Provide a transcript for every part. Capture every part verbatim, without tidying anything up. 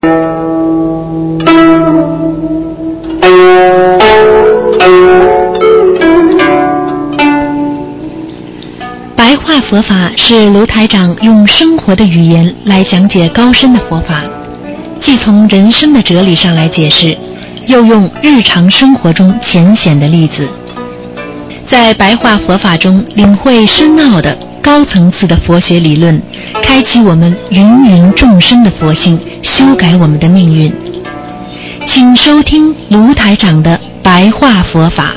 白话佛法是卢台长用生活的语言来讲解高深的佛法，既从人生的哲理上来解释，又用日常生活中浅显的例子，在白话佛法中领会深奥的高层次的佛学理论，开启我们芸芸众生的佛性，修改我们的命运。请收听卢台长的白话佛法。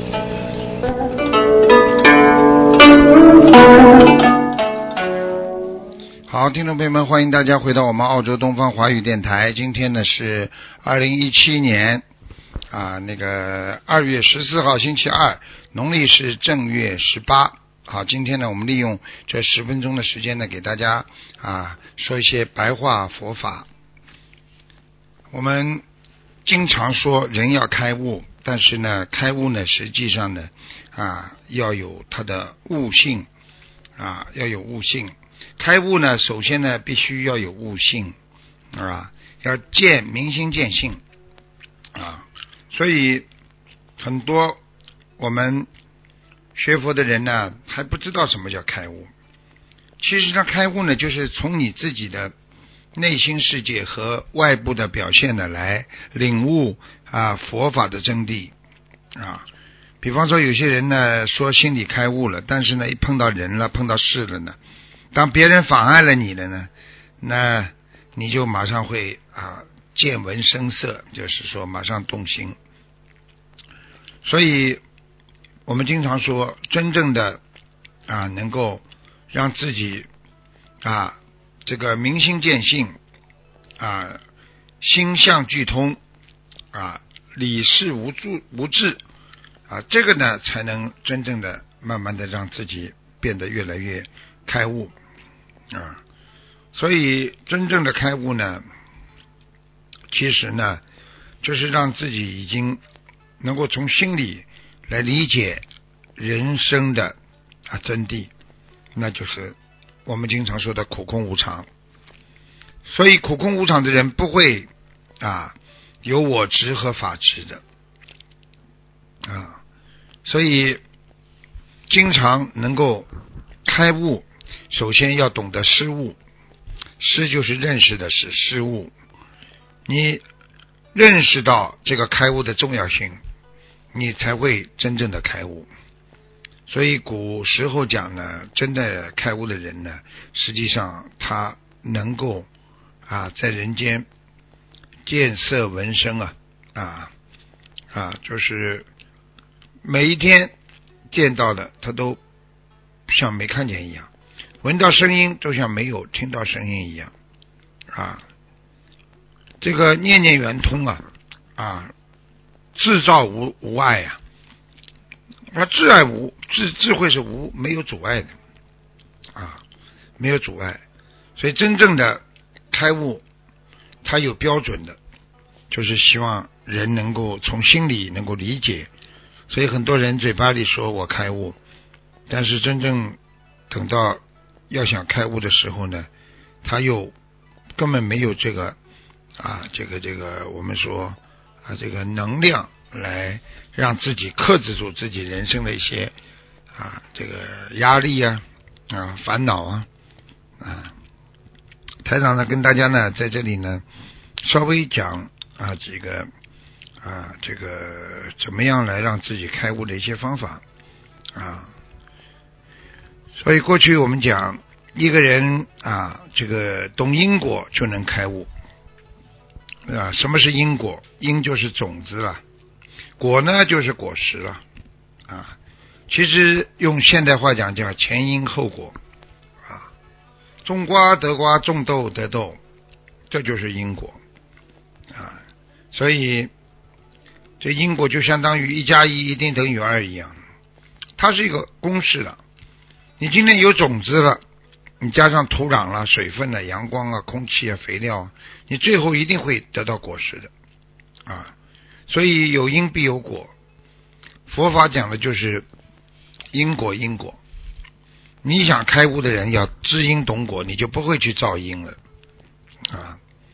好，听众朋友们，欢迎大家回到我们澳洲东方华语电台。今天呢是二零一七年啊，那个二月十四号星期二，农历是正月十八。好，今天呢我们利用这十分钟的时间呢，给大家啊说一些白话佛法。我们经常说人要开悟，但是呢开悟呢实际上呢啊要有它的悟性啊，要有悟性。开悟呢首先呢必须要有悟性啊，要见明心见性啊，所以很多我们学佛的人呢还不知道什么叫开悟。其实上开悟呢就是从你自己的内心世界和外部的表现呢来领悟啊佛法的真谛啊。比方说有些人呢说心里开悟了，但是呢一碰到人了，碰到事了呢，当别人妨碍了你了呢，那你就马上会啊见闻生色，就是说马上动心。所以我们经常说真正的啊能够让自己啊这个明心见性啊心相俱通啊理事无助无滞啊，这个呢才能真正的慢慢的让自己变得越来越开悟啊。所以真正的开悟呢，其实呢就是让自己已经能够从心里来理解人生的啊真谛，那就是我们经常说的苦空无常。所以苦空无常的人不会啊有我执和法执的啊，所以经常能够开悟，首先要懂得识悟。识就是认识的是识悟，你认识到这个开悟的重要性，你才会真正的开悟。所以古时候讲呢，真的开悟的人呢，实际上他能够啊在人间见色闻声啊啊啊，就是每一天见到的他都像没看见一样，闻到声音都像没有听到声音一样啊。这个念念圆通啊啊，智照无无碍啊，他智爱无智智慧是无没有阻碍的啊，没有阻碍。所以真正的开悟它有标准的，就是希望人能够从心里能够理解。所以很多人嘴巴里说我开悟，但是真正等到要想开悟的时候呢，他又根本没有这个啊这个这个我们说啊这个能量来让自己克制住自己人生的一些啊这个压力啊啊烦恼啊啊。台长呢跟大家呢在这里呢稍微讲啊这个啊这个怎么样来让自己开悟的一些方法啊。所以过去我们讲一个人啊这个懂因果就能开悟啊。什么是因果？因就是种子了，果呢就是果实了啊。其实用现代话讲叫前因后果啊，种瓜得瓜，种豆得豆，这就是因果啊。所以这因果就相当于一加一一定等于二一样，它是一个公式了。你今天有种子了，你加上土壤了、水分了、阳光啊、空气啊、肥料啊，你最后一定会得到果实的啊。所以有因必有果，佛法讲的就是因果因果。你想开悟的人要知因懂果，你就不会去造因了啊。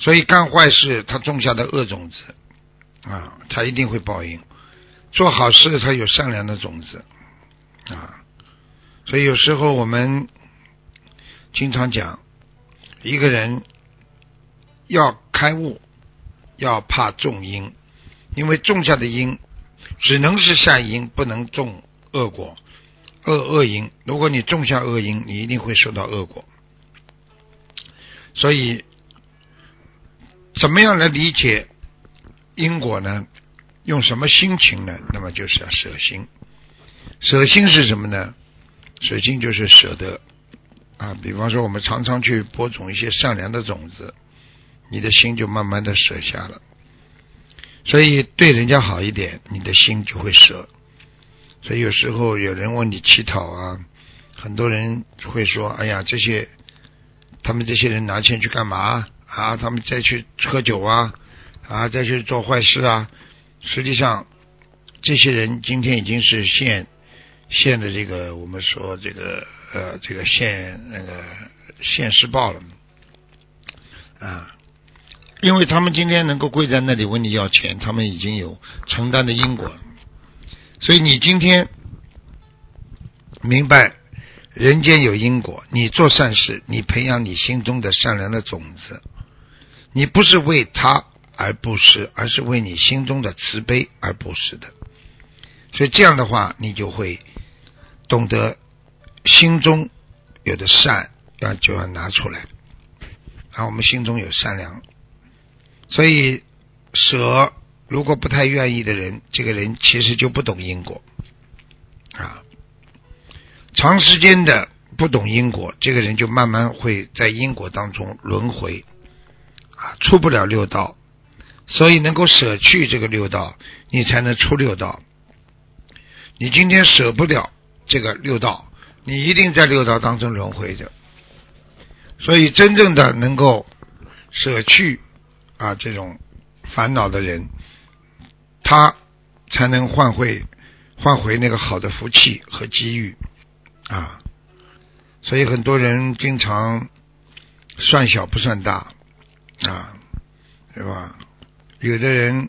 所以干坏事他种下的恶种子啊，他一定会报应。做好事他有善良的种子啊，所以有时候我们经常讲，一个人要开悟，要怕种因，因为种下的因只能是善因，不能种恶果、恶恶因。如果你种下恶因，你一定会受到恶果。所以怎么样来理解因果呢？用什么心情呢？那么就是要舍心。舍心是什么呢？舍心就是舍得啊。比方说我们常常去播种一些善良的种子，你的心就慢慢的舍下了。所以对人家好一点，你的心就会舍。所以有时候有人问你乞讨啊，很多人会说，哎呀，这些他们这些人拿钱去干嘛啊？他们再去喝酒啊啊，再去做坏事啊。实际上这些人今天已经是县县的这个我们说这个呃这个县那个县世报了啊，因为他们今天能够跪在那里问你要钱，他们已经有承担的因果。所以你今天明白人间有因果，你做善事，你培养你心中的善良的种子，你不是为他而布施，而是为你心中的慈悲而布施的。所以这样的话，你就会懂得心中有的善要就要拿出来啊，我们心中有善良。所以舍如果不太愿意的人，这个人其实就不懂因果啊。长时间的不懂因果，这个人就慢慢会在因果当中轮回啊，出不了六道。所以能够舍去这个六道，你才能出六道。你今天舍不了这个六道，你一定在六道当中轮回着。所以真正的能够舍去啊这种烦恼的人，他才能换回换回那个好的福气和机遇啊。所以很多人经常算小不算大啊，对吧？有的人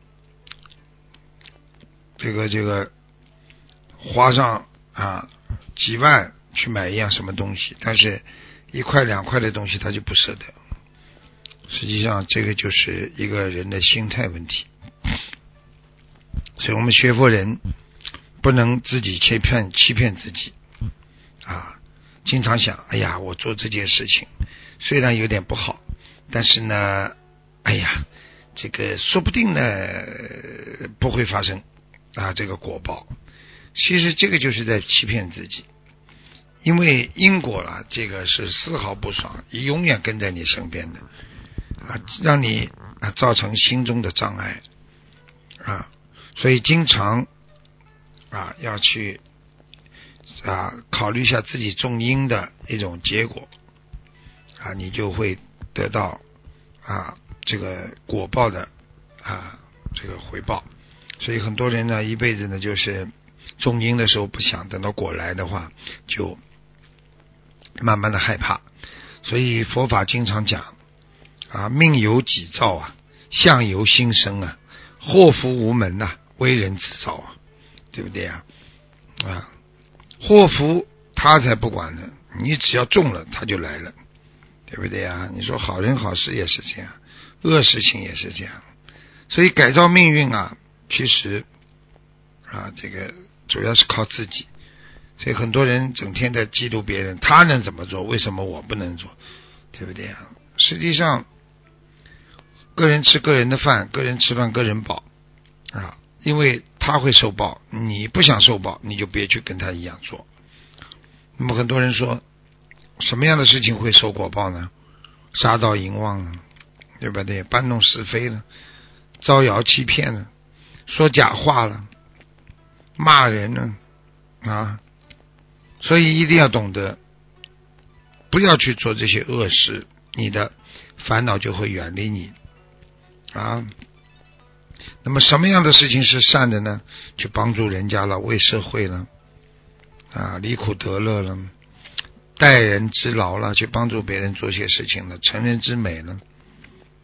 这个这个花上啊几万去买一样什么东西，但是一块两块的东西他就不舍得。实际上这个就是一个人的心态问题。所以我们学佛人不能自己欺骗欺骗自己啊，经常想，哎呀，我做这件事情虽然有点不好，但是呢，哎呀，这个说不定呢不会发生啊这个果报。其实这个就是在欺骗自己，因为因果了，这个是丝毫不爽，永远跟在你身边的啊，让你啊造成心中的障碍啊。所以经常啊要去啊考虑一下自己种因的一种结果啊，你就会得到啊这个果报的啊这个回报。所以很多人呢一辈子呢就是种因的时候不想，等到果来的话就慢慢的害怕。所以佛法经常讲啊，命由己造啊，相由心生啊，祸福无门啊，为人自造啊，对不对啊？啊，祸福他才不管呢，你只要中了他就来了，对不对啊？你说好人好事也是这样，恶事情也是这样。所以改造命运啊，其实啊这个主要是靠自己。所以很多人整天在嫉妒别人，他能怎么做，为什么我不能做，对不对啊？实际上个人吃个人的饭，个人吃饭个人饱啊，因为他会受报，你不想受报，你就别去跟他一样做。那么很多人说什么样的事情会受果报呢？杀盗淫妄呢，对不对？搬弄是非呢，招摇欺骗呢，说假话了，骂人呢啊。所以一定要懂得不要去做这些恶事，你的烦恼就会远离你啊。那么什么样的事情是善的呢？去帮助人家了，为社会了啊，离苦得乐了，待人之劳了，去帮助别人做些事情了，成人之美了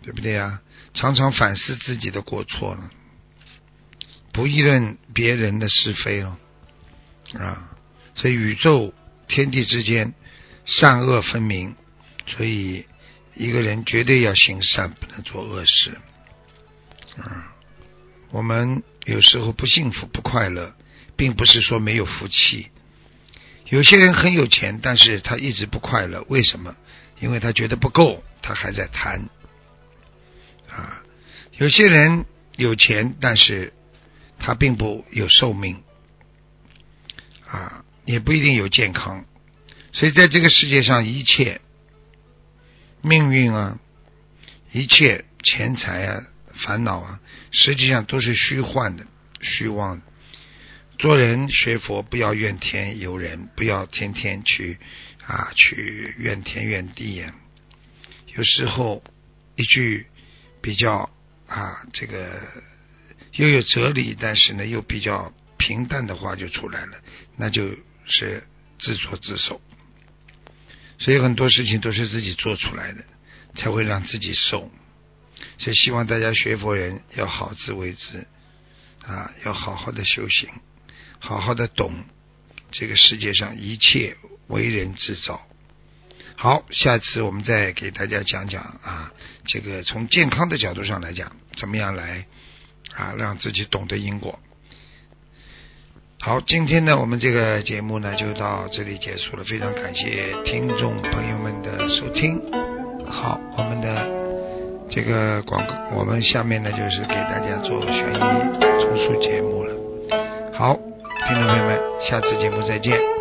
对不对啊？常常反思自己的过错了，不议论别人的是非了啊！所以宇宙天地之间善恶分明，所以一个人绝对要行善，不能做恶事啊！我们有时候不幸福不快乐，并不是说没有福气。有些人很有钱，但是他一直不快乐，为什么？因为他觉得不够，他还在贪啊。有些人有钱，但是他并不有寿命啊，也不一定有健康。所以在这个世界上，一切命运啊，一切钱财啊，烦恼啊，实际上都是虚幻的、虚妄的。做人学佛，不要怨天尤人，不要天天去啊去怨天怨地呀、啊。有时候一句比较啊这个又有哲理，但是呢又比较平淡的话就出来了，那就是自作自受。所以很多事情都是自己做出来的，才会让自己受。所以希望大家学佛人要好自为之啊，要好好的修行，好好的懂这个世界上一切为人之造。好，下次我们再给大家讲讲啊，这个从健康的角度上来讲，怎么样来啊让自己懂得因果。好，今天呢我们这个节目呢就到这里结束了，非常感谢听众朋友们的收听。好，我们的这个广告，我们下面呢就是给大家做悬疑综述节目了。好，听众朋友们，下次节目再见。